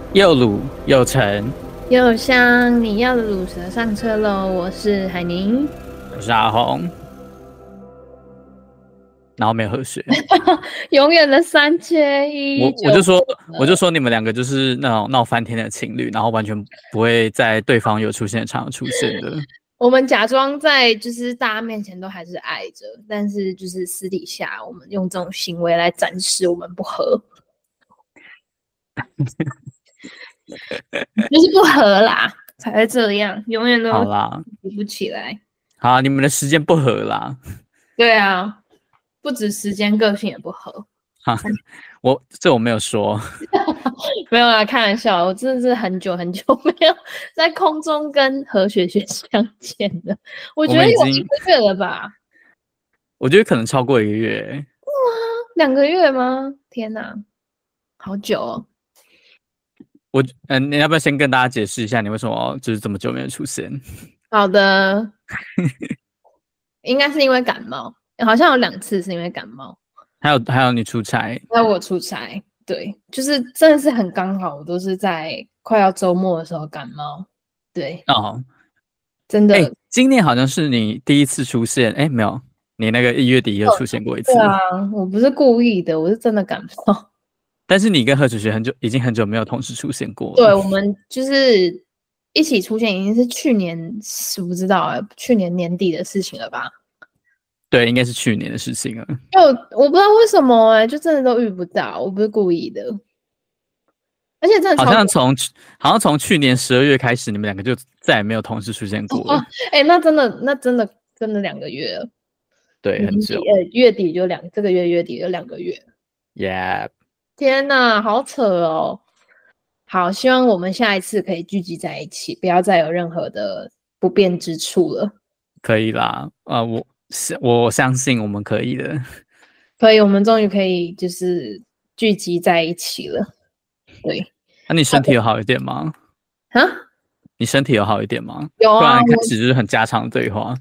又鲁又沉， 又香，你要的乳蛇上车喽！我是海宁， 我是阿红，然后没有喝水。 永远的3缺1就我我就说我就说你们两个就是那种闹翻天的情侣，然后完全不会在对方有出现的场合出现的。 我们假装在就是大家面前都还是爱着，但是就是私底下我们用这种行为来展示我们不合，就是不合啦，才会这样，永远都好啦， 提不起来。 好，你们的时间不合啦。 对啊，不止时间，个性也不合。 哈，我没有说。 没有啦，开玩笑，我真的是很久很久没有在空中跟何雪雪相见了。我我觉得有一们已经， 个月了吧？ 我觉得可能超过1个月。 2个月吗？天哪，好久哦！ 你要不要先跟大家解释一下你为什么就是这么久没有出现？ 好的，应该是因为感冒，好像有2次是因为感冒， 还有你出差。 还有我出差。对，就是真的是很刚好，我都是在快要周末的时候感冒。对， 哦，哎， 真的。 今年好像是你第一次出现，哎，没有，你那个1月底又出现过一次。 对啊，我不是故意的，我是真的感冒。 但是你跟何雪雪已经很久没有同时出现过了。 对，我们就是一起出现，已经是去年，我不知道去年年底的事情了吧？ 对，应该是去年的事情了。 就我不知道为什么就真的都遇不到，我不是故意的，而且真的好超像从好像从去年12月开始，你们两个就再也没有同时出现过了。 那真的2个月了， 对， 年很久。 底月底就这个月月底就2个月， Yeah， 天哪，好扯哦！好，希望我们下一次可以聚集在一起，不要再有任何的不便之处了。 可以啦。我相信我们可以的。 可以，我们终于可以就是聚集在一起了。对， 那你身体有好一点吗？ 啊， 你身体有好一点吗？ 有啊， 不然开始就是很家常的对话。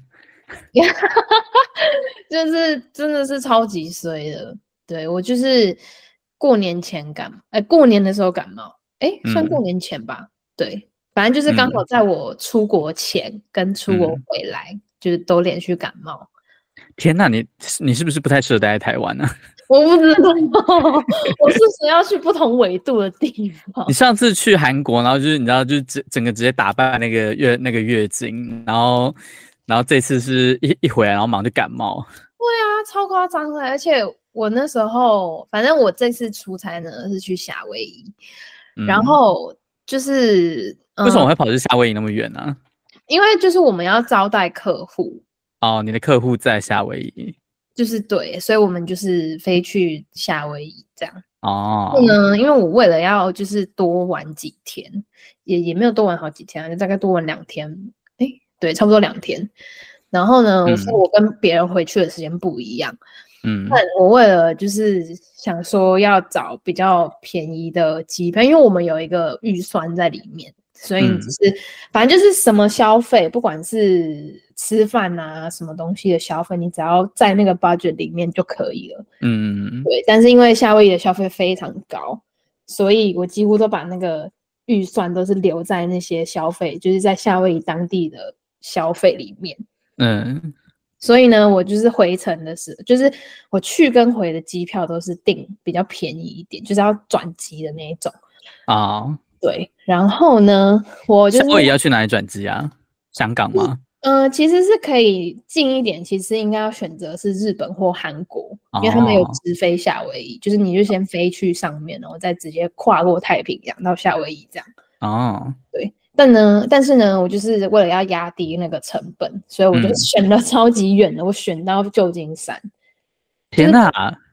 就是真的是超级衰的。对，我就是过年前过年的时候感冒，算过嗯年前吧。对，反正就是刚好嗯在我出国前跟出国嗯。 回来，就是都连续感冒。 天呐，你是不是不太适合待在台湾呢？ 我不知道，我是想要去不同纬度的地你方。 上次去韩国，然后就是你知道，就是整个直接打败那个月经，然后这次是一回来，然后马上就感冒。 超夸张的，而且我那时候，反正我这次出差呢是去夏威夷，然嗯， 后就是为什么会跑去夏威夷那么远呢？ 因为就是我们要招待客户， 哦，你的客户在夏威夷。 就是对，所以我们就是飞去夏威夷这样。 哦， 因为我为了要就是多玩几天，也没有多玩好几天啊，就大概多玩2天，对，差不多2天。然后呢，所以嗯我跟别人回去的时间不一样。但嗯我为了就是想说要找比较便宜的机票，因为我们有一个预算在里面，所以你只嗯是反正就是什么消费，不管是吃饭啊什么东西的消费，你只要在那个 budget 里面就可以了。 嗯， 对，但是因为夏威夷的消费非常高，所以我几乎都把那个预算都是留在那些消费，就是在夏威夷当地的消费里面。 嗯， 所以呢，我就是回程的时候，就是我去跟回的机票都是订比较便宜一点，就是要转机的那一种。 啊， 对，然后呢，我就是夏威夷要去哪里转机啊？香港吗？ 其实是可以近一点，其实应该要选择是日本或韩国，因为他们有哦， 直飞夏威夷，就是你就先飞去上面，然后再直接跨过太平洋到夏威夷这样。 哦， 对，但是呢，我就是为了要压低那个成本，所以我就嗯， 选了超级远的，我选到旧金山，就是天呐，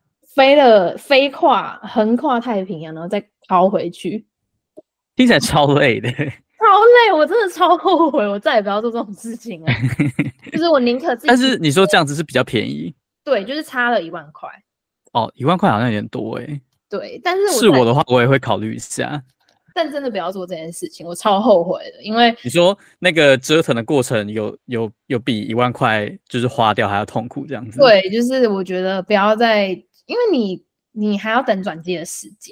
横跨太平洋，然后再逃回去， 听起来超累的。 超累，我真的超后悔，我再也不要做这种事情了。就是我宁可自己但是你说这样子是比较便宜。 对，就是差了1万块。 哦，1万块好像有点多诶。 对，但是是我的话，我也会考虑一下。 但真的不要做这件事情，我超后悔的，因为你说那个折腾的过程有比1万块就是花掉还要痛苦这样子。 对，就是我觉得不要再，因为你还要等转机的时间，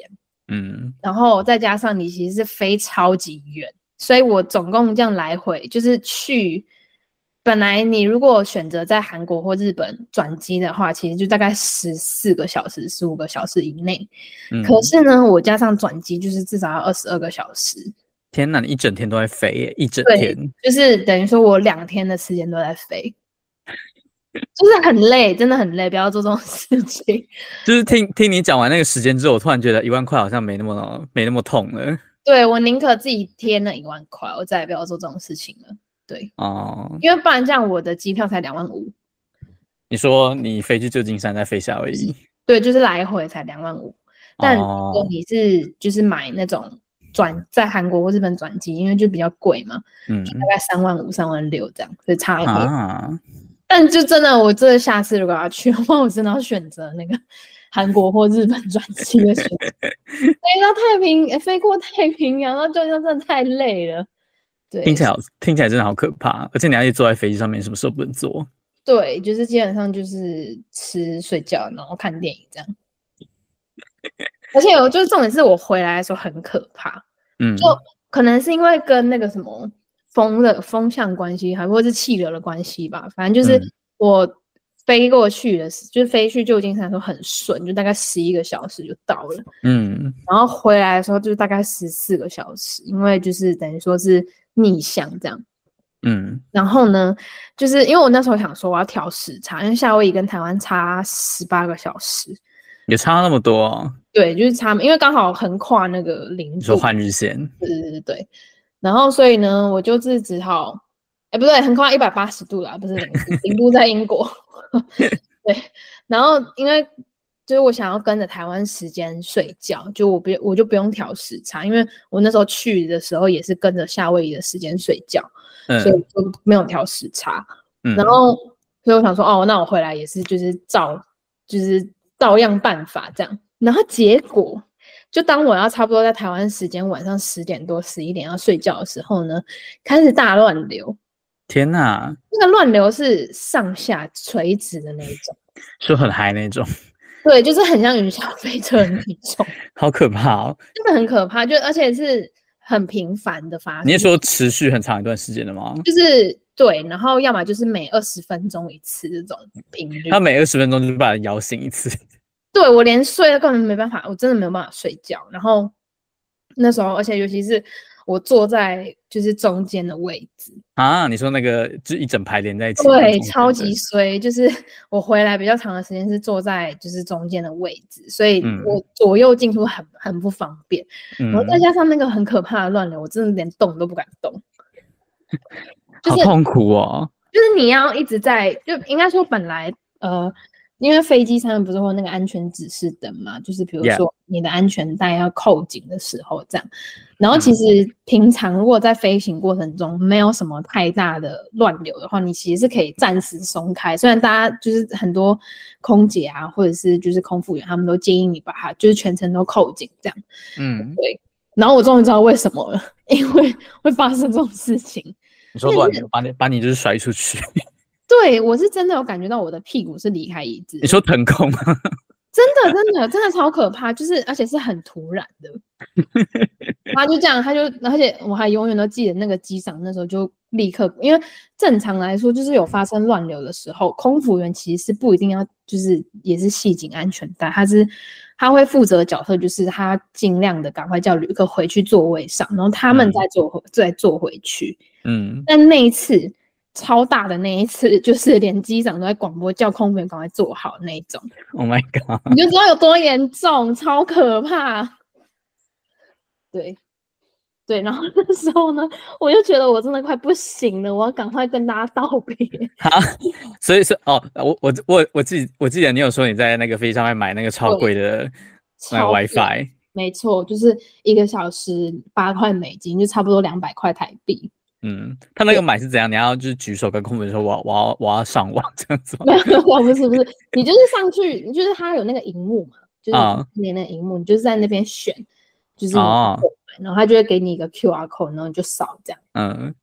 然后再加上你其实是飞超级远，所以我总共这样来回就是去。本来你如果选择在韩国或日本转机的话，其实就大概14个小时、15个小时以内。可是呢，我加上转机就是至少要22个小时。 天哪，你一整天都在飞耶，一整天， 就是等于说我2天的时间都在飞，就是很累，真的很累，不要做这种事情。 就是听你讲完那个时间之后，我突然觉得1万块好像没那么痛了。 对，我宁可自己贴那1万块，我再也不要做这种事情了。对，因为不然这样我的机票才25000。 你说你飞去旧金山再飞夏威夷？ 对，就是来回才25000。但如果你是就是买那种在韩国或日本转机，因为就比较贵嘛，就大概35000、36000这样，所以差很多。但就真的，我这下次如果要去的话，我真的要选择那个韩国或日本转机的选择。飞过太平洋，然后就真的太累了。对， 听起来真的好可怕，而且你还坐在飞机上面，什么时候不能坐？ 对，就是基本上就是吃、睡觉，然后看电影这样。而且就是重点是我回来的时候很可怕，就可能是因为跟那个什么风向关系，还或是气流的关系吧。反正就是我飞过去的，就是飞去旧金山的时候很顺，就大概11个小时就到了。然后回来的时候就大概14个小时，因为就是等于说是逆向这样。然后呢，就是因为我那时候想说我要调时差，因为夏威夷跟台湾差18个小时， 也差那么多哦。 对，就是差，因为刚好横跨那个0度， 你说换日线， 对。然后所以呢，我就是只好，不对，横跨180度啦，不是0度，0度在英国。对，然后因为就是我想要跟着台湾时间睡觉，就我就不用调时差，因为我那时候去的时候也是跟着夏威夷的时间睡觉，所以就没有调时差。然后所以我想说，哦，那我回来也是就是照样办法这样。然后结果就当我要差不多在台湾时间晚上10点多11点要睡觉的时候呢，开始大乱流。 天哪！ 那个乱流是上下垂直的那一种， 是很嗨那种。 对，就是很像云霄飞车的那一种。 好可怕哦！ 真的很可怕，而且是很频繁的发生。 你是说持续很长一段时间的吗？ 就是对，然后要么就是每20分钟一次这种频率。 他每20分钟就把人摇醒一次。 对，我连睡都根本没办法，我真的没有办法睡觉。然后那时候，而且尤其是我坐在就是中间的位置啊，你说那个就一整排连在一起， 对，超级衰。就是我回来比较长的时间是坐在就是中间的位置，所以我左右进出很不方便。然后再加上那个很可怕的乱流，我真的连动都不敢动， 好痛苦哦。 就是你要一直在，就应该说本来因为飞机上面不是会有那个安全指示灯嘛，就是比如说你的安全带要扣紧的时候这样。然后其实平常如果在飞行过程中没有什么太大的乱流的话，你其实是可以暂时松开。虽然大家就是很多空姐啊，或者是就是空服员，他们都建议你把它就是全程都扣紧这样。对。然后我终于知道为什么了，因为会发生这种事情。 你说乱流把你就是甩出去。 对，我是真的有感觉到我的屁股是离开椅子。 你说腾空吗？ 真的超可怕，就是而且是很突然的。他就这样，而且我还永远都记得那个机长那时候就立刻，因为正常来说就是有发生乱流的时候，空服员其实是不一定要就是也是系紧安全带，他会负责的角色就是他尽量的赶快叫旅客回去座位上，然后他们再坐回去。但那一次超大的那一次，就是连机长都在广播叫空服员赶快坐好那一种。 Oh my god！ 你就知道有多严重，超可怕。对，然后那时候呢，我就觉得我真的快不行了，我要赶快跟大家道别。 所以说我记得你有说你在那个飞机上面买那个超贵的那个 WiFi。 没错，就是1个小时8块美金，就差不多200块台币。 他那个买是怎样？你要就是举手跟空服员说我要上网这样子吗？ 没有，不是，你就是上去，就是他有那个荧幕嘛，就是连那个荧幕，你就是在那边选，就是然后他就会给你一个 QR code， 然后你就扫这样。对，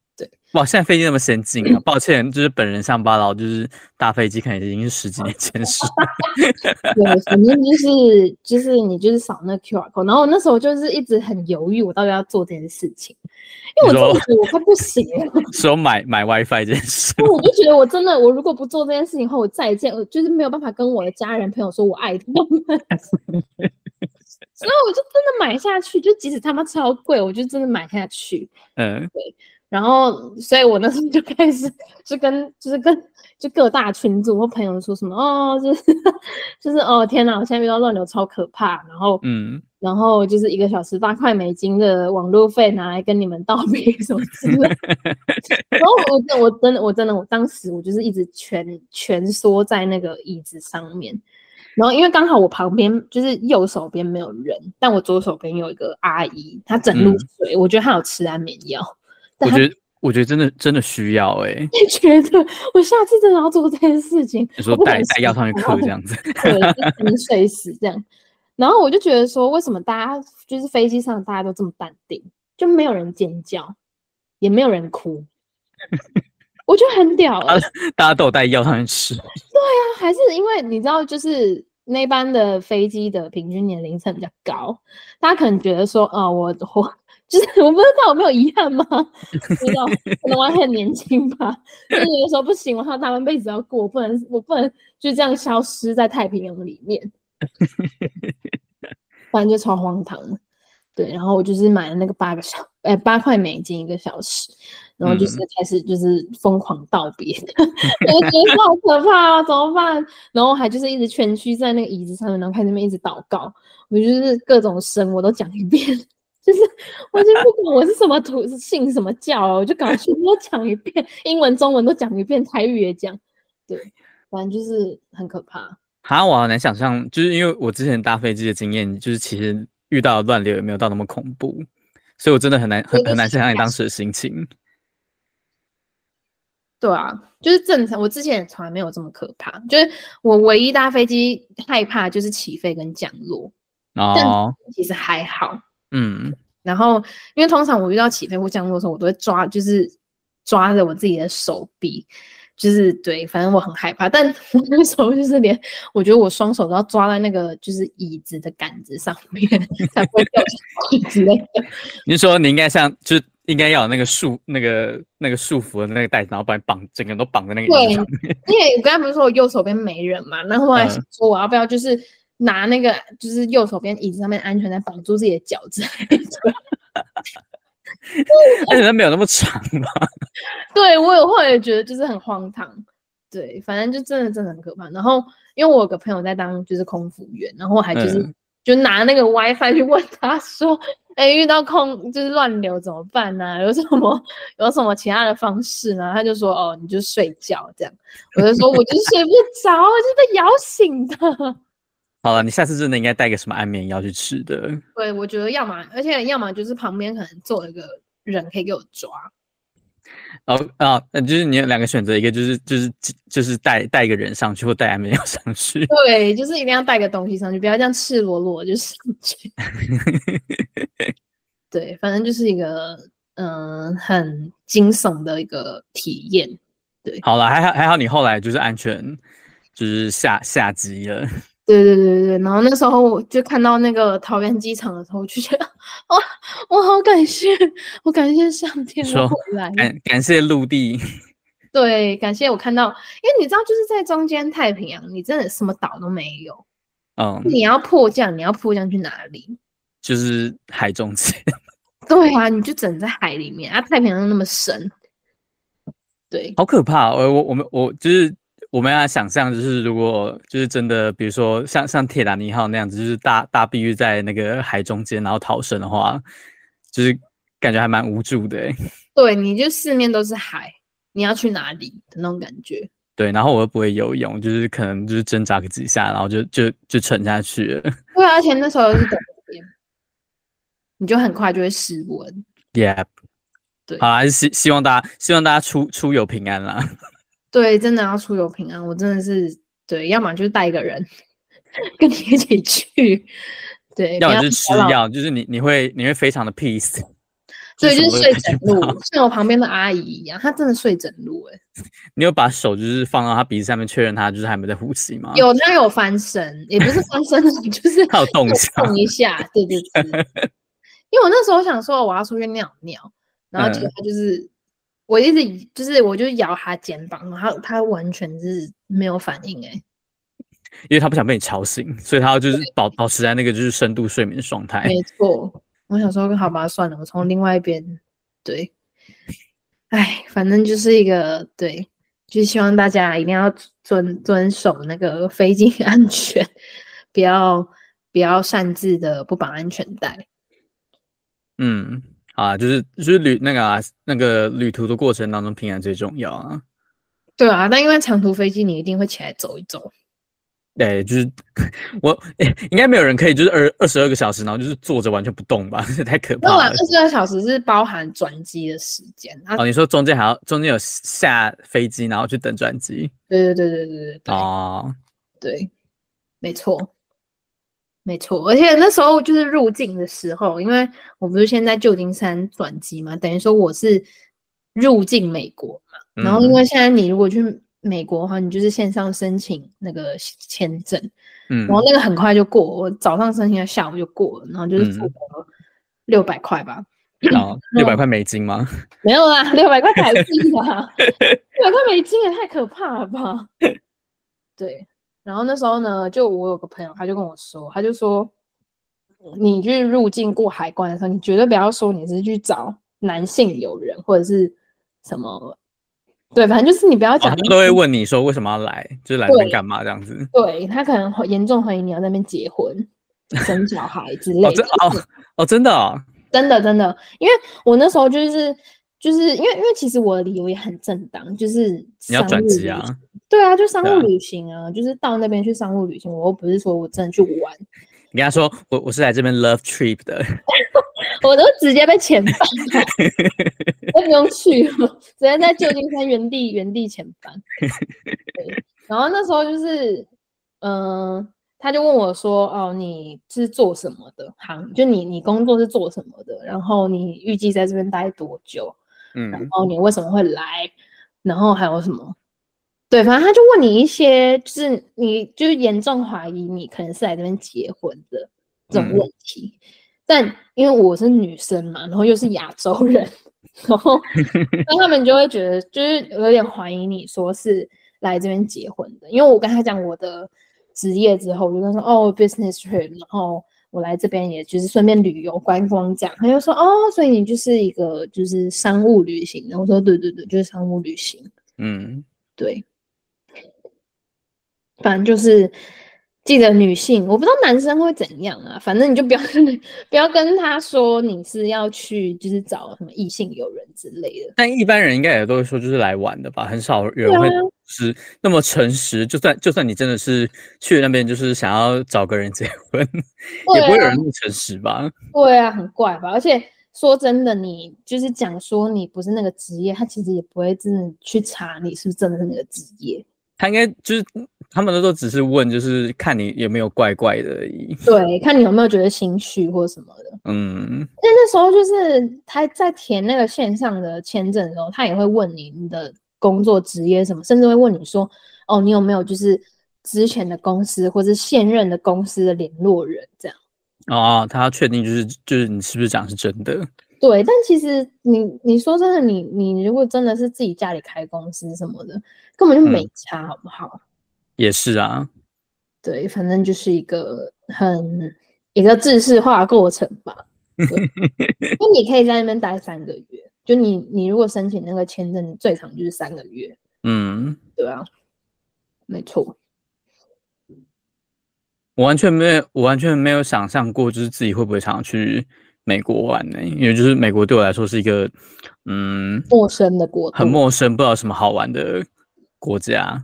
哇，现在飞机那么先进啊！抱歉，就是本人乡巴佬，就是搭飞机可能已经是10几年前的事。 对，反正就是你就是扫那个 QR code，然后我那时候就是一直很犹豫，我到底要做这件事情，因为我真的觉得我快不行了。 说买 WiFi 这件事， 我就觉得我如果不做这件事情后，我再见，我就是没有办法跟我的家人朋友说我爱他们。所以我就真的买下去，就即使他妈超贵，我就真的买下去。对。然后，所以我那时候就开始跟各大群组或朋友说什么就是哦天哪，我现在遇到乱流超可怕。然后就是1个小时8块美金的网络费拿来跟你们道别什么之类的。然后我真的我当时我就是一直蜷缩在那个椅子上面。然后因为刚好我旁边就是右手边没有人，但我左手边有一个阿姨，她整路睡，我觉得她有吃安眠药。 我觉得真的需要你觉得我下次真的要做这件事情？ 你说带药上去嗑这样子， 对，就能睡死这样。然后我就觉得说，为什么大家就是飞机上大家都这么淡定，就没有人尖叫，也没有人哭，我觉得很屌大家都有带药上去吃。对啊，还是因为你知道，就是那班的飞机的平均年龄层比较高，大家可能觉得说，我就是我不知道我没有遗憾吗？不知道，可能我还很年轻吧。就是有时候不行，我还有大半辈子要过，我不能就这样消失在太平洋里面。反正就超荒唐的。对，然后我就是买了那个8块美金1个小时，然后就是开始就是疯狂道别，我觉得好可怕啊，怎么办？然后还就是一直蜷曲在那个椅子上面，然后开始那边一直祷告，我就是各种神我都讲一遍。就是我已经不管我是什么信什么教了，我就赶快全部都讲一遍，英文、中文都讲一遍，台语也讲。对，反正就是很可怕。 我好难想象，就是因为我之前搭飞机的经验，就是其实遇到的乱流也没有到那么恐怖，所以我真的很难想象你当时的心情。 对啊，就是正常，我之前也从来没有这么可怕。就是我唯一搭飞机害怕就是起飞跟降落，但其实还好。然后因为通常我遇到起飞或降落的时候，我都会抓着我自己的手臂，就是对，反正我很害怕。但我那时候就是我觉得我双手都要抓在那个就是椅子的杆子上面，才不会掉下去之类的。 你是说你应该就是应该要有那个束缚的那个带子，然后把你整个人都绑在那个椅子上面。 因为我刚才不是说我右手边没人嘛，然后我还想说我要不要就是拿那个就是右手边椅子上面安全带绑住自己的脚之类的。 而且它没有那么长吧？ 对，我后来也觉得就是很荒唐。对，反正就真的很可怕。然后因为我有个朋友在当就是空服员，然后我还就拿那个 WiFi 去问他说，遇到就是乱流怎么办呢？有什么其他的方式呢？他就说你就睡觉这样。我就说我就是睡不着，我就被摇醒的。 好了，你下次真的应该带个什么安眠药去吃的。 对，我觉得要么就是旁边可能坐一个人可以给我抓。 就是你有2个选择，一个就是带一个人上去，或带安眠药上去。 对，就是一定要带个东西上去，不要这样赤裸裸就上去。对，反正就是一个很惊悚的一个体验。对， 好了，还好你后来就是安全，就是下机了。 对，然后那时候我就看到那个桃园机场的时候，我就觉得我好感谢，我感谢上天我回来， 感谢陆地。 对，感谢我看到，因为你知道就是在中间太平洋，你真的什么岛都没有。你要迫降去哪里？ 就是海中间。 对啊，你就只能在海里面啊，太平洋那么深。对， 好可怕。我就是我们要想象，就是如果就是真的，比如说像铁达尼号那样子，就是大碧玉在那个海中间，然后逃生的话，就是感觉还蛮无助的。 对，你就四面都是海，你要去哪里的那种感觉。 对，然后我又不会游泳，就是可能就是挣扎个几下，然后就沉下去了。 对啊，而且那时候是冬天，你就很快就会失温。 Yeah， 对，好啦，希望大家出游平安啦。 对，真的要出游平安，我真的是对，要么就是带一个人跟你一起去，对， 要么就是吃药，就是你会非常的 peace。 对，就是睡整路，像我旁边的阿姨一样，她真的睡整路你有把手就是放到她鼻子上面确认她就是还没在呼吸吗？ 有，她有翻身，也不是翻身，就是她有动一下， 动一下，对。因为我那时候想说我要出去尿尿，然后结果她就是我一直就是我就摇她肩膀，然后她完全是没有反应因为她不想被你吵醒，所以她就是保持在那个就是深度睡眠状态。 没错，我想说好吧，算了，我从另外一边对。哎，反正就是一个对，就是希望大家一定要遵守那个飞机安全，不要擅自的不绑安全带。 就是那个旅途的过程当中平安最重要啊。 对啊，但因为长途飞机你一定会起来走一走。 对，就是应该没有人可以就是22个小时，然后就是坐着完全不动吧？这太可怕了。 22小时是包含转机的时间。 你说中间有下飞机，然后去等转机？ 对。 哦， 对，没错。而且那时候就是入境的时候，因为我不是先在旧金山转机嘛，等于说我是入境美国嘛。然后因为现在你如果去美国的话，你就是线上申请那个签证，然后那个很快就过，我早上申请，下午就过了，然后就是付了600块吧。 600块美金吗？ 没有啦，600块台币吧，600块美金也太可怕了吧？对。然后那时候呢，就我有个朋友，他就跟我说，他就说，你去入境过海关的时候，你绝对不要说你是去找男性友人或者是什么，对，反正就是你不要讲。 他都会问你说为什么要来，就是来这边干嘛这样子。 对，他可能严重怀疑你要在那边结婚、生小孩之类的。 真的哦。 真的，因为我那时候就是因为其实我的理由也很正当，就是你要转机啊。 对啊，就商务旅行啊，就是到那边去商务旅行，我又不是说我真的去玩。 你跟他说我是来这边 love trip 的。 我都直接被遣返了，都不用去了，直接在旧金山原地遣返。对，然后那时候就是他就问我说：“哦，你是做什么的就你工作是做什么的？然后你预计在这边待多久？然后你为什么会来？然后还有什么？对，反正他就问你一些，就是你就是严重怀疑你可能是来这边结婚的这种问题。但因为我是女生嘛，然后又是亚洲人，然后那他们就会觉得就是有点怀疑你说是来这边结婚的。因为我跟他讲我的职业之后，我就跟他说哦 business trip， 然后我来这边也就是顺便旅游观光这样。他就说哦，所以你就是一个就是商务旅行。然后我说对，就是商务旅行。对。反正就是记得女性，我不知道男生会怎样啊。反正你就不要跟他说你是要去就是找什么异性友人之类的。 但一般人应该也都会说就是来玩的吧，很少人会就是那么诚实。就算你真的是去那边就是想要找个人结婚，也不会有人那么诚实吧？ 对啊，很怪吧？而且说真的，你就是讲说你不是那个职业，他其实也不会真的去查你是不是真的是那个职业。 他应该就是他们都只是问，就是看你有没有怪怪的而已。 对，看你有没有觉得心虚或什么的。那时候就是他在填那个线上的签证的时候，他也会问你的工作职业什么，甚至会问你说，哦，你有没有就是之前的公司或是现任的公司的联络人这样。 他要确定就是你是不是讲是真的。 对，但其实你说真的，你如果真的是自己家里开公司什么的，根本就没差，好不好？ 也是啊。 对，反正就是一个一个制式化的过程吧。那你可以在那边待3个月，就你如果申请那个签证，最长就是3个月。对啊，没错。 我完全没有想象过，就是自己会不会常去美国玩呢？因为就是美国对我来说是一个陌生的国度， 很陌生，不知道什么好玩的国家。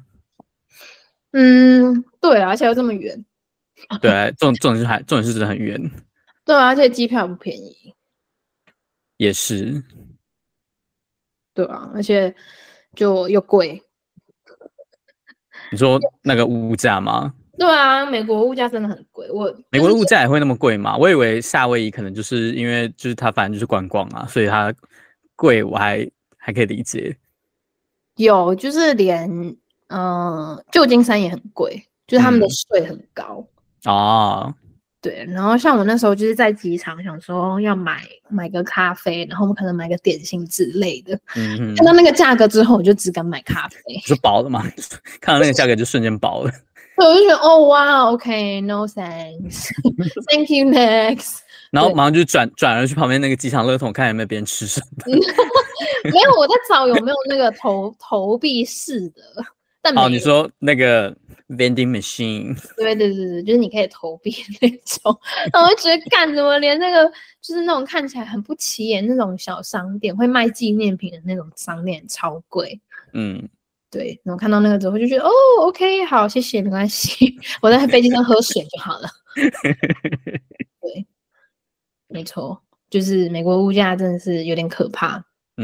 对啊，而且又这么远。 对，重点是真的很远。 对啊，而且机票不便宜。 也是。 对啊，而且就又贵。 你说那个物价吗？ 对啊，美国物价真的很贵。 美国的物价也会那么贵吗？我以为夏威夷可能就是因为就是它反正就是观光啊，所以它贵，我还可以理解。 有，就是连旧金山也很贵，就是他们的税很高。 哦， 对，然后像我那时候就是在机场想说要买个咖啡，然后我们可能买个点心之类的。看到那个价格之后，我就只敢买咖啡。 是饱了吗？看到那个价格就瞬间饱了。 对，我就觉得哦哇 ，OK，no thanks，thank you next。 然后马上就转而去旁边那个机场乐桶，看有没有别人吃什么。 没有，我在找有没有那个投币式的，但没有。 你说那个 vending machine？ 对，就是你可以投币那种。然后我觉得，干怎么连那个就是那种看起来很不起眼那种小商店，会卖纪念品的那种商店超贵。对，然后看到那个之后就觉得哦 ，OK， 好，谢谢，没关系，我在飞机上喝水就好了。对，没错，就是美国物价真的是有点可怕。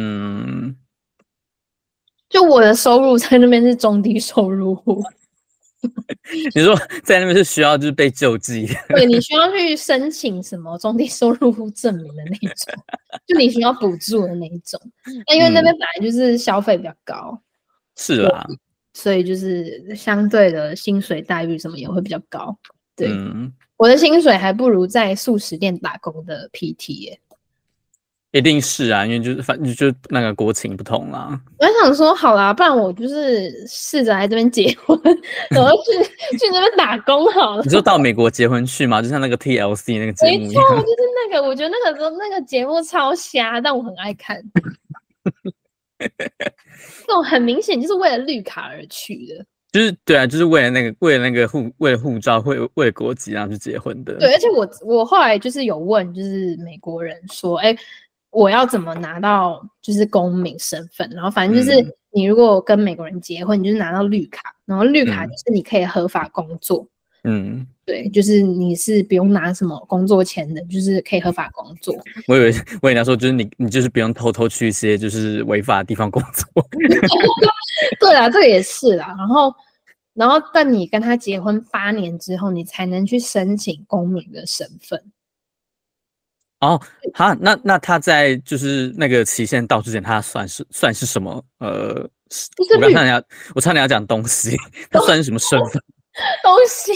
就我的收入在那边是中低收入户。 你说在那边是需要就是被救济的？ 对，你需要去申请什么中低收入户证明的那一种，就你需要补助的那一种。那因为那边本来就是消费比较高， 是啊， 所以就是相对的薪水待遇什么也会比较高。对，我的薪水还不如在素食店打工的 PT 耶。 一定是啊，因为就是反正就那个国情不同啦。 我还想说，好啦，不然我就是试着来这边结婚，然后去那边打工好了。 你说到美国结婚去吗？就像那个 TLC 那个节目一样。 没错，就是那个，我觉得那个时候那个节目超瞎，但我很爱看。这种很明显就是为了绿卡而去的。 就是对啊，就是为了护照，为了国籍然后去结婚的。 对，而且我后来就是有问，就是美国人说，我要怎么拿到就是公民身份？然后反正就是你如果跟美国人结婚，你就是拿到绿卡，然后绿卡就是你可以合法工作。对，就是你是不用拿什么工作签的，就是可以合法工作。 我以为你要说就是你就是不用偷偷去一些就是违法的地方工作。 对啦，这个也是啦。然后但你跟他结婚8年之后，你才能去申请公民的身份。 哦，好，那他在就是那个期限到之前，他算是什么？我差点要讲东西，他算是什么身份？ 东西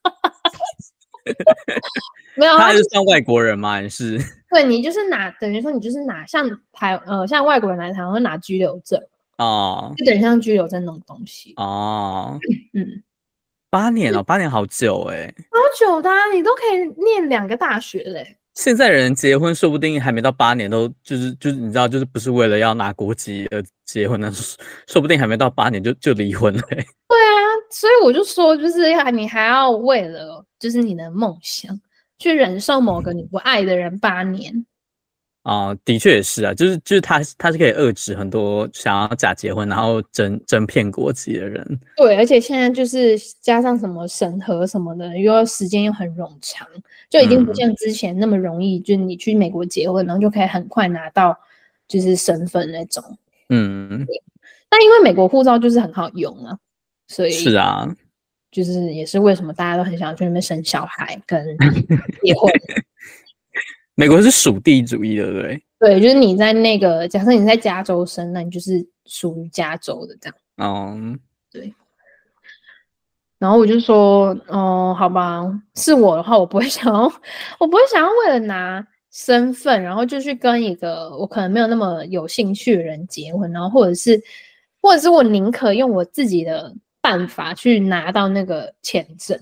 没有， 他是算外国人吗？还是对你就是等于说你就是像外国人来台湾会拿居留证哦，就等于像居留证那种东西哦。 8年哦，8年好久哎， 好久的啊，你都可以念2个大学嘞。 现在人结婚说不定还没到8年都就是你知道就是不是为了要拿国籍而结婚的，说不定还没到8年就离婚了。对啊，所以我就说就是你还要为了就是你的梦想去忍受某个你不爱的人8年。 的确也是啊，就是他是可以遏制很多想要假结婚然后真骗国籍的人。 对，而且现在就是加上什么审核什么的，又要时间又很冗长，就已经不像之前那么容易，就是你去美国结婚，然后就可以很快拿到就是身份那种。但因为美国护照就是很好用啊，所以是啊， 就是也是为什么大家都很想去那边生小孩跟结婚。 美国是属地主义的，对不对？ 对，就是你在那个假设你在加州生，那你就是属于加州的这样。对。然后我就说，好吧，是我的话，我不会想要为了拿身份，然后就去跟一个我可能没有那么有兴趣的人结婚，然后或者是我宁可用我自己的办法去拿到那个签证。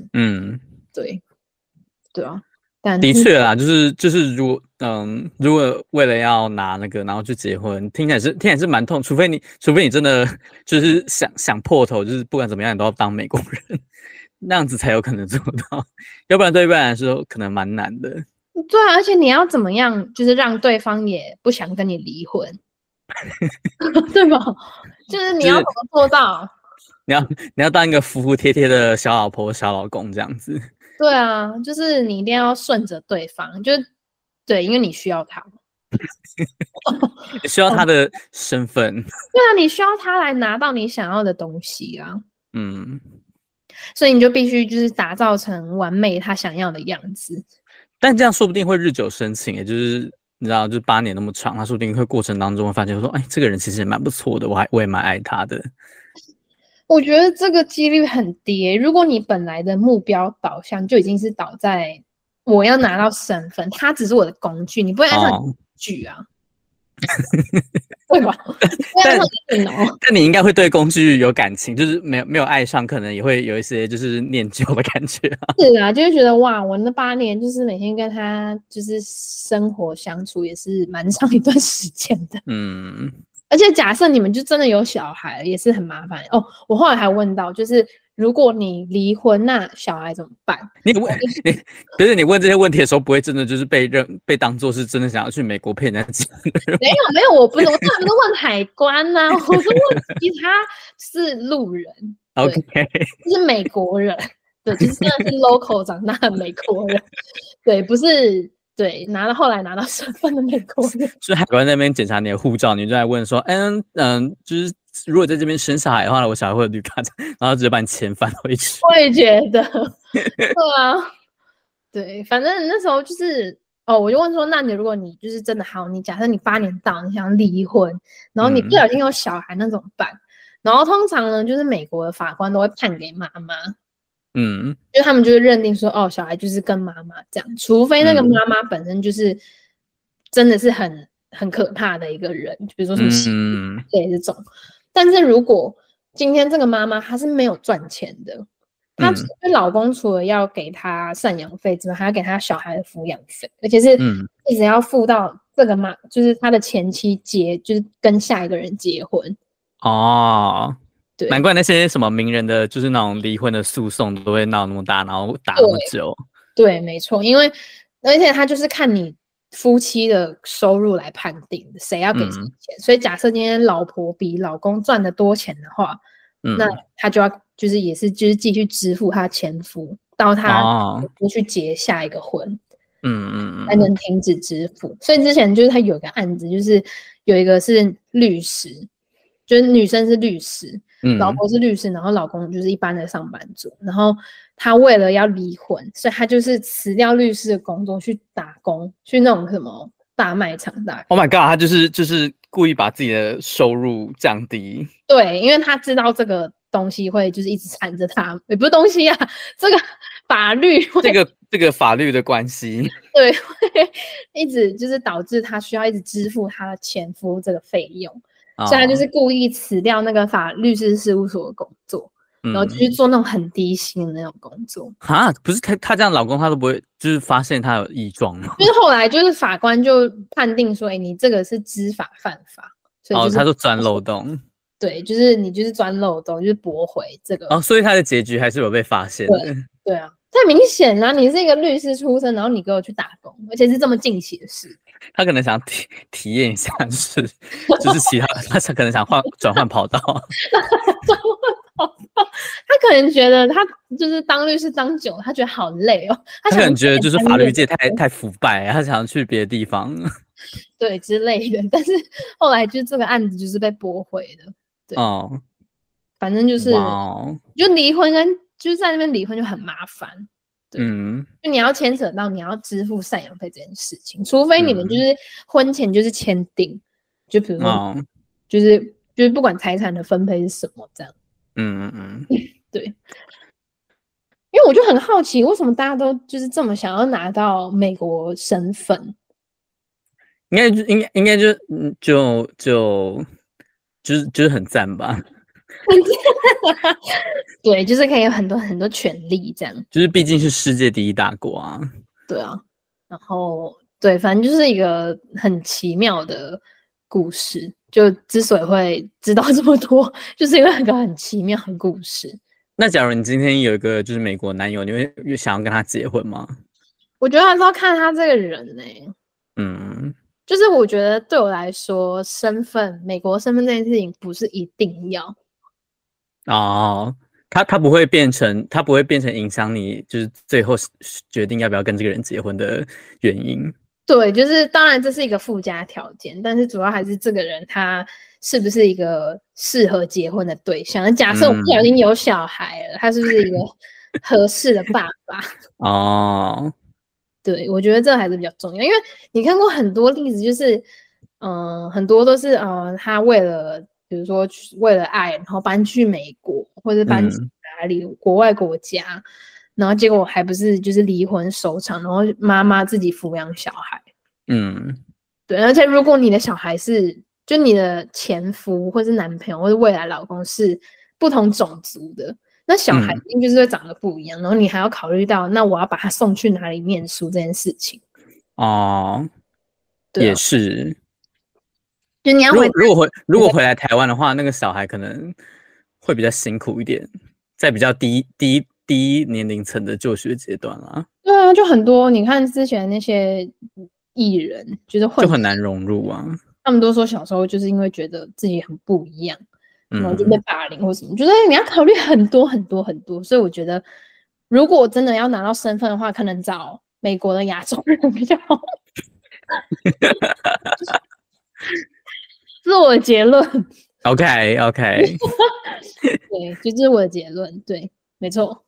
对啊，但的确啦，就是如果为了要拿那个然后去结婚，听起来是蛮痛，除非你真的就是想破头，就是不管怎么样你都要当美国人，那样子才有可能做到，要不然对一般人来说可能蛮难的。 对啊，而且你要怎么样，就是让对方也不想跟你离婚，对吧？就是你要怎么做到？ 你要当一个服服帖帖的小老婆、小老公这样子。 对啊，就是你一定要顺着对方，对，因为你需要他， 需要他的身份。 对啊，你需要他来拿到你想要的东西啊。 所以你就必须就是打造成完美他想要的样子。 但这样说不定会日久生情，也就是你知道，就是8年那么长，他说不定会过程当中会发现说，哎，这个人其实也蛮不错的，我也蛮爱他的。 我觉得这个几率很低。如果你本来的目标导向就已经是导在我要拿到身份，他只是我的工具，你不会爱上工具啊。对吧？ 但你应该会对工具有感情，就是没有爱上，可能也会有一些就是念旧的感觉啊。 是啊，就会觉得哇，我那8年就是每天跟他就是生活相处也是蛮长一段时间的。而且假设你们就真的有小孩，也是很麻烦哦。我后来还问到，就是如果你离婚，那小孩怎么办？ 可是你问这些问题的时候，不会真的就是被当作是真的想要去美国骗人家钱的人？ 没有，我当然不是问海关呐，我是问其他是路人。 OK， 就是美国人，对，就是真的是 local 长大的美国人，对，不是。对，后来拿到身份的美国人， 就是海关那边检查你的护照，你就在问说，就是如果在这边生小孩的话，我小孩会有绿卡，然后直接把你钱返回去。 我也觉得，对啊，对，反正那时候就是我就问说，那如果你就是真的好，你假设你8年到，你想离婚，然后你不小心有小孩，那怎么办？然后通常呢，就是美国的法官都会判给妈妈。因为他们就会认定说，小孩就是跟妈妈这样，除非那个妈妈本身就是真的是很可怕的一个人，比如说什么对这种。但是如果今天这个妈妈她是没有赚钱的，她老公除了要给她赡养费之外，还要给她小孩的抚养费，而且是一直要付到这个就是她的前妻就是跟下一个人结婚。 难怪那些什么名人的，就是那种离婚的诉讼都会闹那么大，然后打那么久。 对，没错，而且他就是看你夫妻的收入来判定谁要给什么钱。所以假设今天老婆比老公赚得多钱的话，那他就要就是继续支付他前夫到他去结下一个婚，才能停止支付。所以之前就是他有一个案子，就是有一个是律师，就是女生是律师。老婆是律师，然后老公就是一般的上班族，然后他为了要离婚，所以他就是辞掉律师的工作去打工，去那种什么大卖场打工。 Oh my god， 他就是故意把自己的收入降低。 对，因为他知道这个东西会就是一直缠着他，也不是东西啊，这个法律这个法律的关系， 对，会一直就是导致他需要一直支付他的前夫这个费用。所以他就是故意辞掉那个律师事务所的工作，然后就去做那种很低薪的那种工作。 不是他这样，老公他都不会就是发现他有异状吗？ 就是后来就是法官就判定说，你这个是知法犯法，所以他说钻漏洞。 对，就是你就是钻漏洞，就是驳回这个。 所以他的结局还是有被发现的。 对啊，太明显了，你是一个律师出身，然后你给我去打工，而且是这么近期的事。 他可能想体验一下，就是他可能想转换跑道。 他可能觉得他就是当律师当久了，他觉得好累哦。 他可能觉得就是法律界太腐败，他想要去别的地方， 对之类的。但是后来就这个案子就是被驳回的。对，反正就是就离婚跟就是在那边离婚就很麻烦。对，就你要牵扯到你要支付赡养费这件事情，除非你们就是婚前就是签订，就比如说就是不管财产的分配是什么这样。对，因为我就很好奇，为什么大家都就是这么想要拿到美国身份？ 应该就是很赞吧。 对，就是可以有很多很多权利这样。 就是毕竟是世界第一大国啊。 对啊，然后对，反正就是一个很奇妙的故事。就之所以会知道这么多，就是因为一个很奇妙的故事。 那假如你今天有一个就是美国男友，你会想要跟他结婚吗？ 我觉得还是要看他这个人就是我觉得对我来说，美国身份这件事情不是一定要。 他不会变成影响你就是最后决定要不要跟这个人结婚的原因。 对，就是当然这是一个附加条件，但是主要还是这个人他是不是一个适合结婚的对象。假设我不小心有小孩了，他是不是一个合适的爸爸？ 哦， 对，我觉得这还是比较重要，因为你看过很多例子，就是很多都是他为了比如说为了爱，然后搬去美国或者搬去哪里国外国家。然后结果还不是就是离婚收场，然后妈妈自己抚养小孩。对，而且如果你的小孩是就你的前夫或是男朋友或是未来老公是不同种族的，那小孩一定就是会长得不一样，然后你还要考虑到那我要把他送去哪里念书这件事情。 哦，对也是。 就你要如果回来台湾的话，那个小孩可能会比较辛苦一点，在比较低年龄层的就学阶段啦。 对啊，就很多你看之前那些艺人，就是就很难融入啊。 他们都说小时候就是因为觉得自己很不一样，然后就被霸凌或什么，就是你要考虑很多很多很多。所以我觉得，如果真的要拿到身份的话，可能找美国的亚洲人比较好。这是我的结论。 OK， 对，就这是我的结论。对，没错。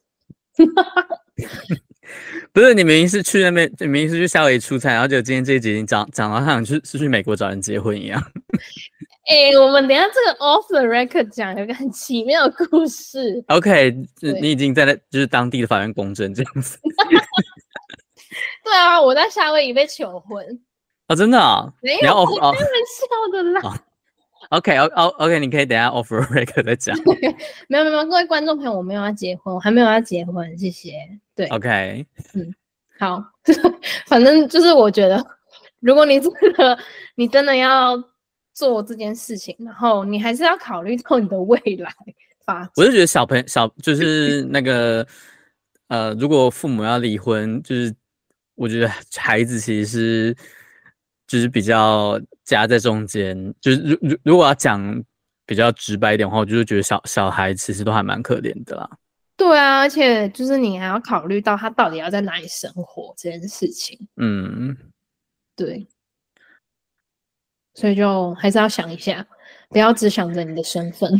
不是你明明是去那边，明明是去夏威夷出差，然后就今天这一集已经讲到他想去美国找人结婚一样。 我们等一下这个 off the record 讲有个很奇妙的故事。 OK， 你已经在就是当地的法院公证这样子。 对啊，我在夏威夷被求婚。 哦，真的啊？ 没有，开玩笑的啦。 OK， 你可以等一下 off the record 再讲。 没有，各位观众朋友，我没有要结婚，我还没有要结婚，谢谢。对 ，OK， 好，反正就是我觉得，如果你真的要做这件事情，然后你还是要考虑到你的未来发展。 我就觉得就是那个如果父母要离婚，就是我觉得孩子其实是就是比较夹在中间，就是如果要讲比较直白一点的话，我就是觉得小孩其实都还蛮可怜的啦。 对啊，而且就是你还要考虑到他到底要在哪里生活这件事情。对，所以就还是要想一下，不要只想着你的身份。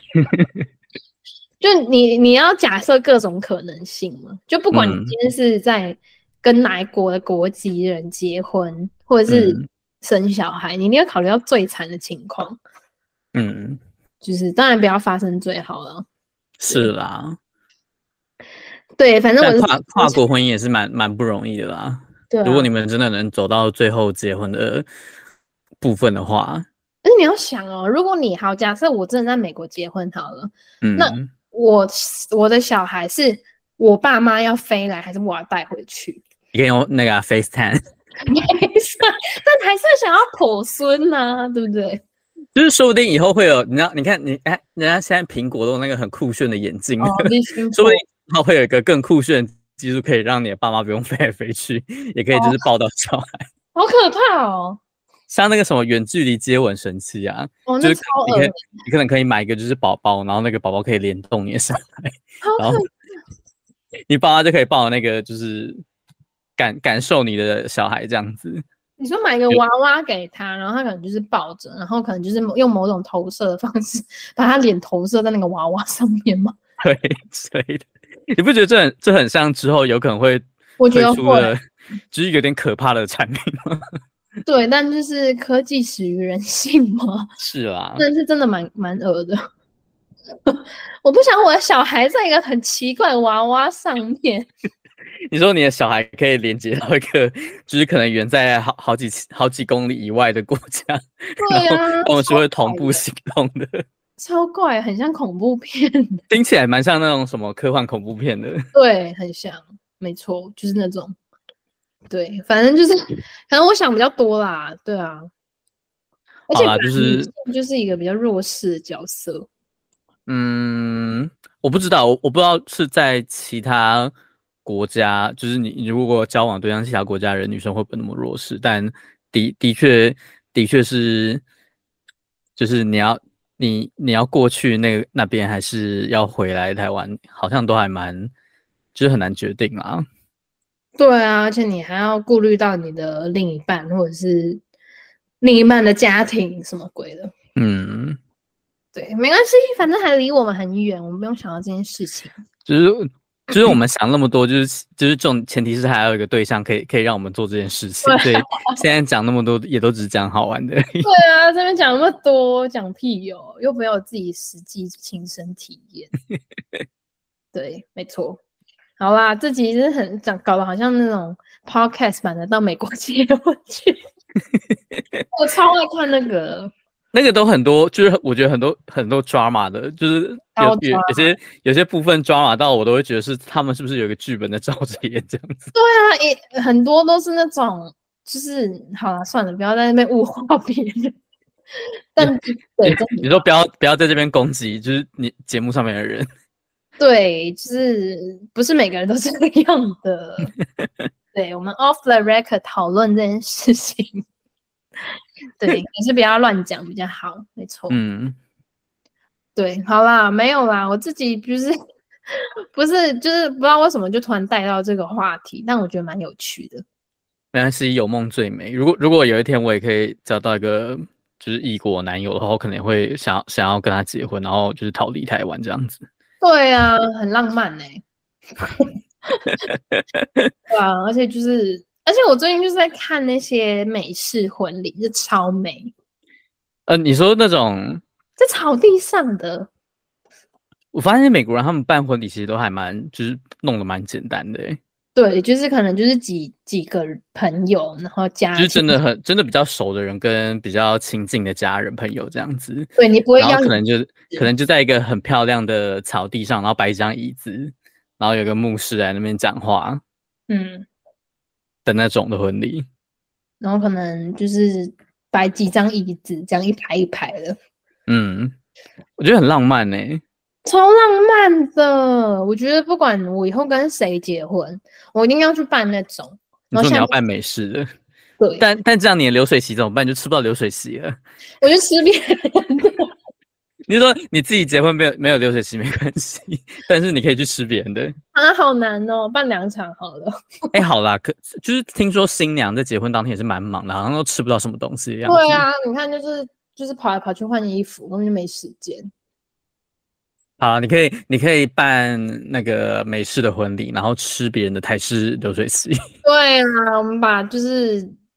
就你要假设各种可能性嘛，就不管你今天是在跟哪一国的国籍人结婚，或者是生小孩，你一定要考虑到最惨的情况。就是当然不要发生最好了。 是啦。 对，反正我跨国婚姻也是蛮不容易的啦。 对啊， 如果你们真的能走到最后结婚的部分的话， 而且你要想哦，如果你好，假设我真的在美国结婚好了，那我的小孩是我爸妈要飞来，还是我要带回去？ 你可以用那个FaceTime。 但还是想要口孙啊，对不对？ 就是说不定以后会有，你看人家现在苹果都有那个很酷炫的眼镜，说不定它会有一个更酷炫的技术，可以让你的爸妈不用飞来飞去，也可以就是抱到小孩。 好可怕哦！ 像那个什么远距离接吻神器啊， 就是你可能可以买一个就是宝宝，然后那个宝宝可以联动你的小孩，然后你爸妈就可以抱那个就是感受你的小孩这样子。 你说买个娃娃给他，然后他可能就是抱着，然后可能就是用某种投射的方式把他脸投射在那个娃娃上面吗？ 对，所以你不觉得这很像之后有可能会推出的，就是有点可怕的产品吗？ 对，但就是科技始于人性嘛。 是啦， 但是真的蛮恶的。我不想我的小孩在一个很奇怪的娃娃上面。 你说你的小孩可以连接到一个，就是可能远在好几公里以外的国家， 对啊， 我们是会同步行动的， 超怪，很像恐怖片， 听起来蛮像那种什么科幻恐怖片的。 对，很像，没错，就是那种，对，反正就是，可能我想比较多啦，对啊，而且就是一个比较弱势的角色。 我不知道，我不知道是在其他国家，就是你如果交往对象其他国家人，女生会不会那么弱势？但的确是，就是你要过去那边，还是要回来台湾，好像都还蛮，就是很难决定啊。 对啊，而且你还要顾虑到你的另一半或者是另一半的家庭什么鬼的。对，没关系，反正还离我们很远，我们不用想到这件事情。 就是我们想那么多，就是这种前提是还有一个对象可以让我们做这件事情，所以现在讲那么多也都只是讲好玩的。 对啊，这边讲那么多，讲屁哟，又没有自己实际亲身体验。对，没错。好啦，这集是很搞得好像那种 podcast 版的到美国结婚去。我超爱看那个。 那个都很多，就是我觉得很多 drama 的，就是有些部分 drama 到我都会觉得是他们是不是有一个剧本在照着演这样子。 对啊，很多都是那种，就是好了，算了，不要在那边物化别人。但对， 你说不要在这边攻击，就是你节目上面的人。 对，就是不是每个人都是这样的。对，我们 off the record 讨论这件事情。对，还是不要乱讲比较好，没错。对，好啦，没有啦，我自己不是就是不知道为什么就突然带到这个话题，但我觉得蛮有趣的。 没关系，有梦最美。如果有一天我也可以找到一个就是异国男友的话，我可能也会想要跟他结婚，然后就是逃离台湾这样子。 对啊，很浪漫欸。对啊，而且我最近就是在看那些美式婚礼，是超美。 你说那种在草地上的， 我发现美国人他们办婚礼其实都还就是弄得蛮简单的欸。 对，就是可能就是几个朋友，然后就是真的比较熟的人跟比较亲近的家人朋友这样子。 对，你不会可能就在一个很漂亮的草地上，然后摆一张椅子，然后有个牧师在那边讲话，的那种的婚礼。 然后可能就是摆几张椅子，这样一排一排的。 我觉得很浪漫欸。 超浪漫的，我觉得不管我以后跟谁结婚，我一定要去办那种。 你说你要办美式的， 对， 但这样你的流水席怎么办？就吃不到流水席了。我就吃别人的。 你说你自己结婚没有流水席没关系，但是你可以去吃别人的。 啊，好难哦，办2场好了。 好啦，就是听说新娘在结婚当天也是蛮忙的，好像都吃不到什么东西一样。 对啊，你看就是跑来跑去换衣服，根本就没时间。 好，你可以办那个美式的婚礼，然后吃别人的台式流水席。 对啊，我们把就是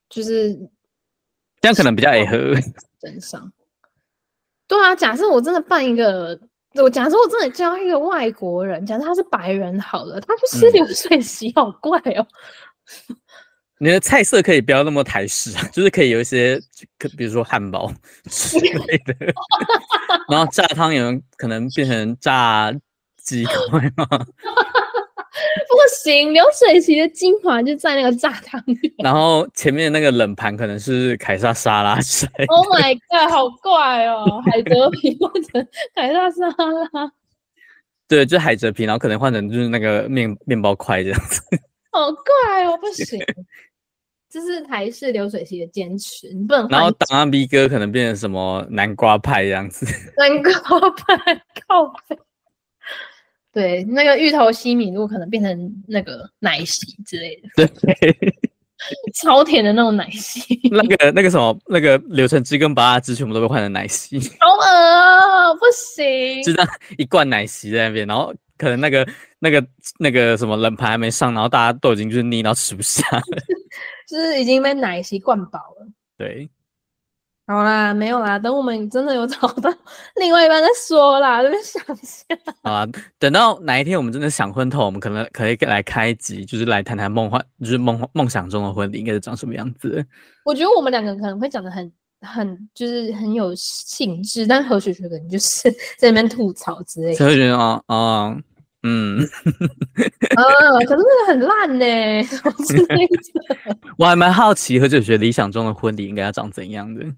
这样可能比较合身上。对啊，假设我真的办一个，假设我真的教一个外国人，假设他是白人好了，他去吃流水席，好怪哦。 你的菜色可以不要那么台式，就是可以有一些，比如说汉堡之类的，然后炸汤圆可能变成炸鸡块吗？ 不行，流水席的精华就在那个炸汤圆。 然后前面那个冷盘可能是凯撒沙拉之类的。 Oh my god， 好怪哦！海蜇皮或者凯撒沙拉。对， 就海蜇皮，然后可能换成就是那个面包块这样子。 好怪哦，不行。这是台式流水席的坚持，你不能换。 然后档案 B 哥可能变成什么南瓜派这样子。 南瓜派靠北。对，那个芋头西米露可能变成那个奶昔之类的。 对， 超甜的那种奶昔。 那个什么，那个柳橙汁跟芭乐汁全部都被换成奶昔。 好恶啊，不行。 就这样一罐奶昔在那边，然后可能那个什么冷盘还没上，然后大家都已经就是腻到吃不下了。 就是已经被奶昔灌饱了。 对。 好啦，没有啦，等我们真的有找到另外一半再说啦，这边想一下。 好啊，等到哪一天我们真的想昏头，我们可以来开一集，就是来谈谈就是梦想中的婚礼应该是长什么样子。 我觉得我们2个可能会讲的很就是很有兴致，但何雪雪可能就是在那边吐槽之类的。 何雪雪可是那个很烂呢，什么之类的。 我还蛮好奇何雪雪理想中的婚礼应该要长怎样的。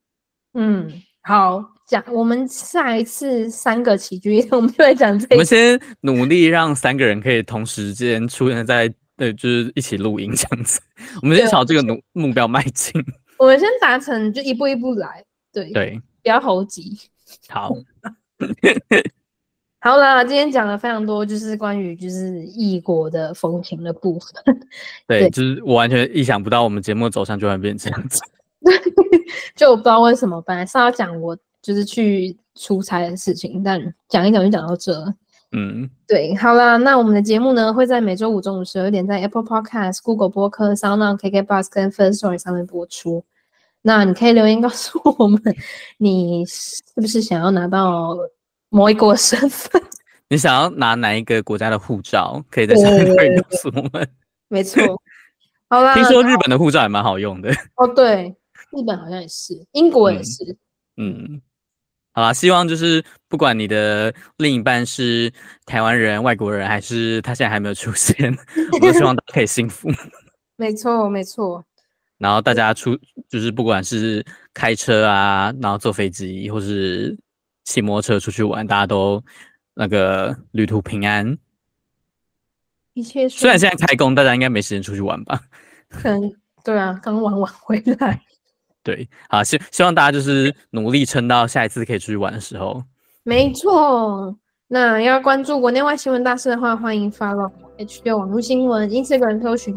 好，我们下一次3个起居，我们就会讲这个。 我们先努力让3个人可以同时间出现在就是一起录音这样子。我们先朝这个目标迈进。 我们先达成，就一步一步来。对，不要猴急。 好。 好啦，今天讲了非常多，就是关于就是异国的风情的部分。 对，就是我完全意想不到我们节目走向就会变这样子。 就我不知道为什么，本来是要讲我就是去出差的事情，但讲一讲就讲到这了。对，好啦，那我们的节目呢会在每周五中午12点在 Apple Podcast、Google 播客、SoundOn、KKBox 跟 Firstory 上面播出。那你可以留言告诉我们，你是不是想要拿到某一国的身份？ 你想要拿哪一个国家的护照？可以在下面留言告诉我们。 没错。好啦， 听说日本的护照也蛮好用的。 哦，对，日本好像也是，英国也是。 好啦，希望就是不管你的另一半是台湾人、外国人，还是他现在还没有出现，我都希望大家可以幸福。 没错，没错。 然后大家就是不管是开车啊，然后坐飞机，或是骑摩托车出去玩，大家都那个旅途平安。 一切虽然现在开工，大家应该没时间出去玩吧？ 可能对啊，刚玩完回来。 对，好，希望大家就是努力撑到下一次可以出去玩的时候。 没错，那要关注国内外新闻大事的话，欢迎 follow H6 网络新闻 ，Instagram 搜寻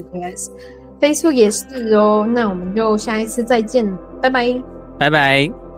H6.news，Facebook 也是哦。那我们就下一次再见，拜拜， 拜拜。